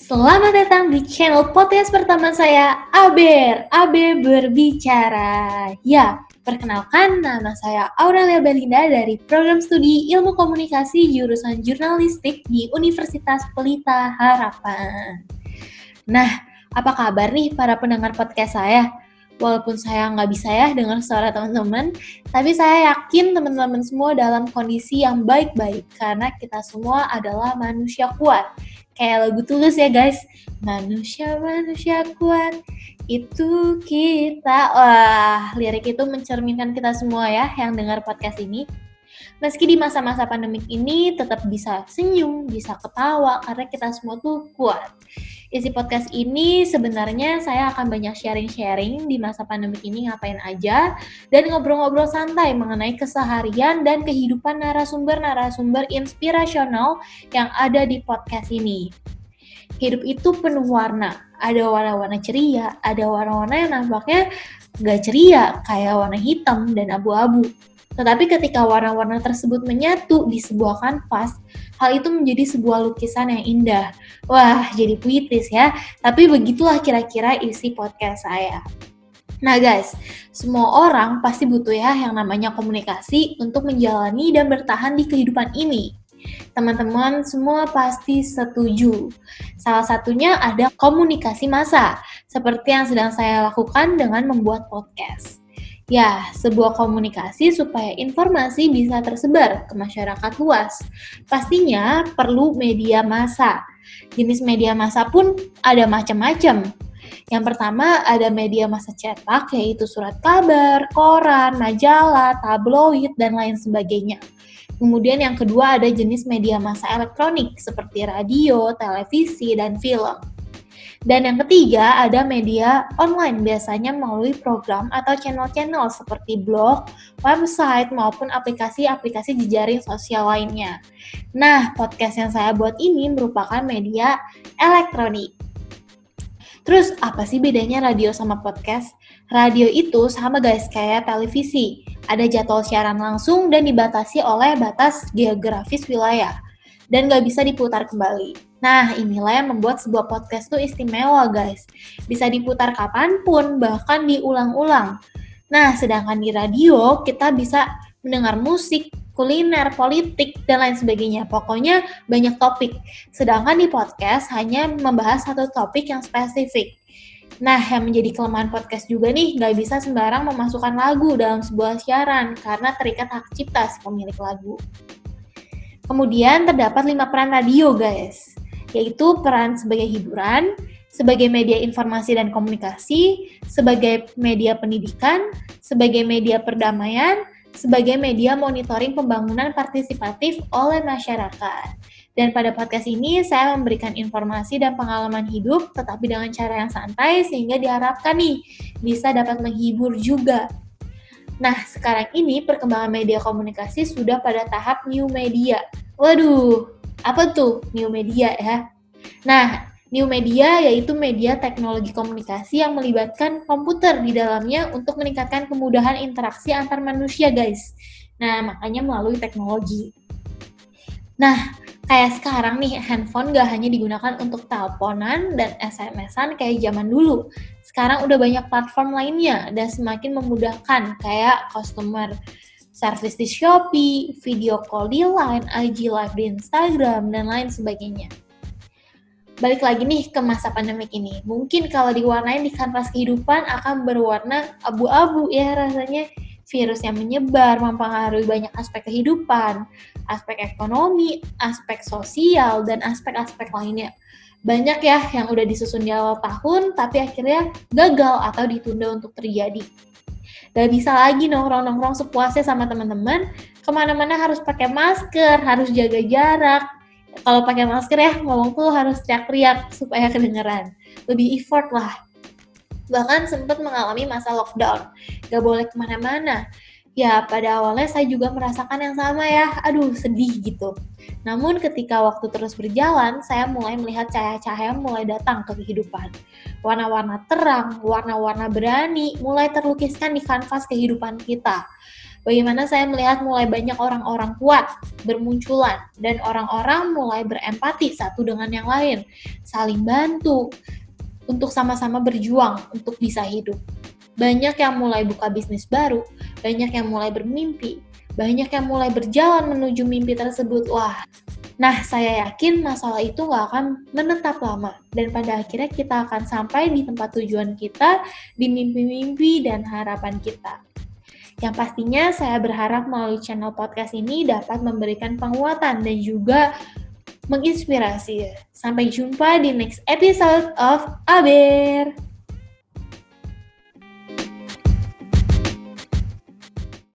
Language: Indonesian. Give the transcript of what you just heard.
Selamat datang di channel podcast pertama saya, AB Berbicara. Ya, perkenalkan nama saya Aurelia Belinda dari Program Studi Ilmu Komunikasi jurusan Jurnalistik di Universitas Pelita Harapan. Nah, apa kabar nih para pendengar podcast saya? Walaupun saya nggak bisa ya dengar suara teman-teman, tapi saya yakin teman-teman semua dalam kondisi yang baik-baik karena kita semua adalah manusia kuat. Kayak lagu Tulus ya guys, manusia kuat, itu kita. Wah, lirik itu mencerminkan kita semua ya yang dengar podcast ini. Meski di masa-masa pandemik ini tetap bisa senyum, bisa ketawa karena kita semua tuh kuat. Isi podcast ini sebenarnya saya akan banyak sharing-sharing di masa pandemik ini ngapain aja dan ngobrol-ngobrol santai mengenai keseharian dan kehidupan narasumber-narasumber inspirasional yang ada di podcast ini. Hidup itu penuh warna, ada warna-warna ceria, ada warna-warna yang nampaknya gak ceria kayak warna hitam dan abu-abu. Tetapi ketika warna-warna tersebut menyatu di sebuah kanvas, hal itu menjadi sebuah lukisan yang indah. Wah, jadi puitis ya. Tapi begitulah kira-kira isi podcast saya. Nah guys, semua orang pasti butuh ya yang namanya komunikasi untuk menjalani dan bertahan di kehidupan ini. Teman-teman semua pasti setuju. Salah satunya ada komunikasi massa, seperti yang sedang saya lakukan dengan membuat podcast. Ya, sebuah komunikasi supaya informasi bisa tersebar ke masyarakat luas. Pastinya perlu media massa. Jenis media massa pun ada macam-macam. Yang pertama ada media massa cetak, yaitu surat kabar, koran, majalah, tabloid, dan lain sebagainya. Kemudian yang kedua ada jenis media massa elektronik, seperti radio, televisi, dan film. Dan yang ketiga ada media online, biasanya melalui program atau channel-channel seperti blog, website, maupun aplikasi-aplikasi jejaring sosial lainnya. Nah, podcast yang saya buat ini merupakan media elektronik. Terus apa sih bedanya radio sama podcast? Radio itu sama guys kayak televisi, ada jadwal siaran langsung dan dibatasi oleh batas geografis wilayah dan gak bisa diputar kembali. Nah, inilah yang membuat sebuah podcast tuh istimewa guys. Bisa diputar kapanpun, bahkan diulang-ulang. Nah, sedangkan di radio kita bisa mendengar musik, kuliner, politik, dan lain sebagainya. Pokoknya banyak topik. Sedangkan di podcast hanya membahas satu topik yang spesifik. Nah, yang menjadi kelemahan podcast juga nih, gak bisa sembarang memasukkan lagu dalam sebuah siaran karena terikat hak cipta si pemilik lagu. Kemudian terdapat 5 peran radio guys, yaitu peran sebagai hiburan, sebagai media informasi dan komunikasi, sebagai media pendidikan, sebagai media perdamaian, sebagai media monitoring pembangunan partisipatif oleh masyarakat. Dan pada podcast ini saya memberikan informasi dan pengalaman hidup tetapi dengan cara yang santai sehingga diharapkan nih bisa dapat menghibur juga. Nah, sekarang ini perkembangan media komunikasi sudah pada tahap new media. Waduh, apa tuh new media ya? Nah, new media yaitu media teknologi komunikasi yang melibatkan komputer di dalamnya untuk meningkatkan kemudahan interaksi antar manusia, guys. Nah, makanya melalui teknologi. Nah, kayak sekarang nih, handphone gak hanya digunakan untuk teleponan dan SMS-an kayak zaman dulu. Sekarang udah banyak platform lainnya dan semakin memudahkan kayak customer service di Shopee, video call di Line, IG Live di Instagram, dan lain sebagainya. Balik lagi nih ke masa pandemik ini. Mungkin kalau diwarnain di kanvas kehidupan akan berwarna abu-abu ya rasanya. Virus yang menyebar mempengaruhi banyak aspek kehidupan, aspek ekonomi, aspek sosial, dan aspek-aspek lainnya. Banyak ya yang udah disusun di awal tahun, tapi akhirnya gagal atau ditunda untuk terjadi. Gak bisa lagi nongkrong-nongkrong sepuasnya sama teman-teman, kemana-mana harus pakai masker, harus jaga jarak. Kalau pakai masker ya, ngomong tuh harus teriak-teriak supaya kedengeran. Lebih effort lah. Bahkan sempat mengalami masa lockdown, gak boleh kemana-mana. Ya, pada awalnya saya juga merasakan yang sama ya, aduh sedih gitu. Namun ketika waktu terus berjalan, saya mulai melihat cahaya-cahaya mulai datang ke kehidupan. Warna-warna terang, warna-warna berani, mulai terlukiskan di kanvas kehidupan kita. Bagaimana saya melihat mulai banyak orang-orang kuat bermunculan dan orang-orang mulai berempati satu dengan yang lain, saling bantu untuk sama-sama berjuang untuk bisa hidup. Banyak yang mulai buka bisnis baru, banyak yang mulai bermimpi, banyak yang mulai berjalan menuju mimpi tersebut. Wah, nah, saya yakin masalah itu nggak akan menetap lama. Dan pada akhirnya kita akan sampai di tempat tujuan kita, di mimpi-mimpi dan harapan kita. Yang pastinya saya berharap melalui channel podcast ini dapat memberikan penguatan dan juga menginspirasi. Sampai jumpa di next episode of Aber.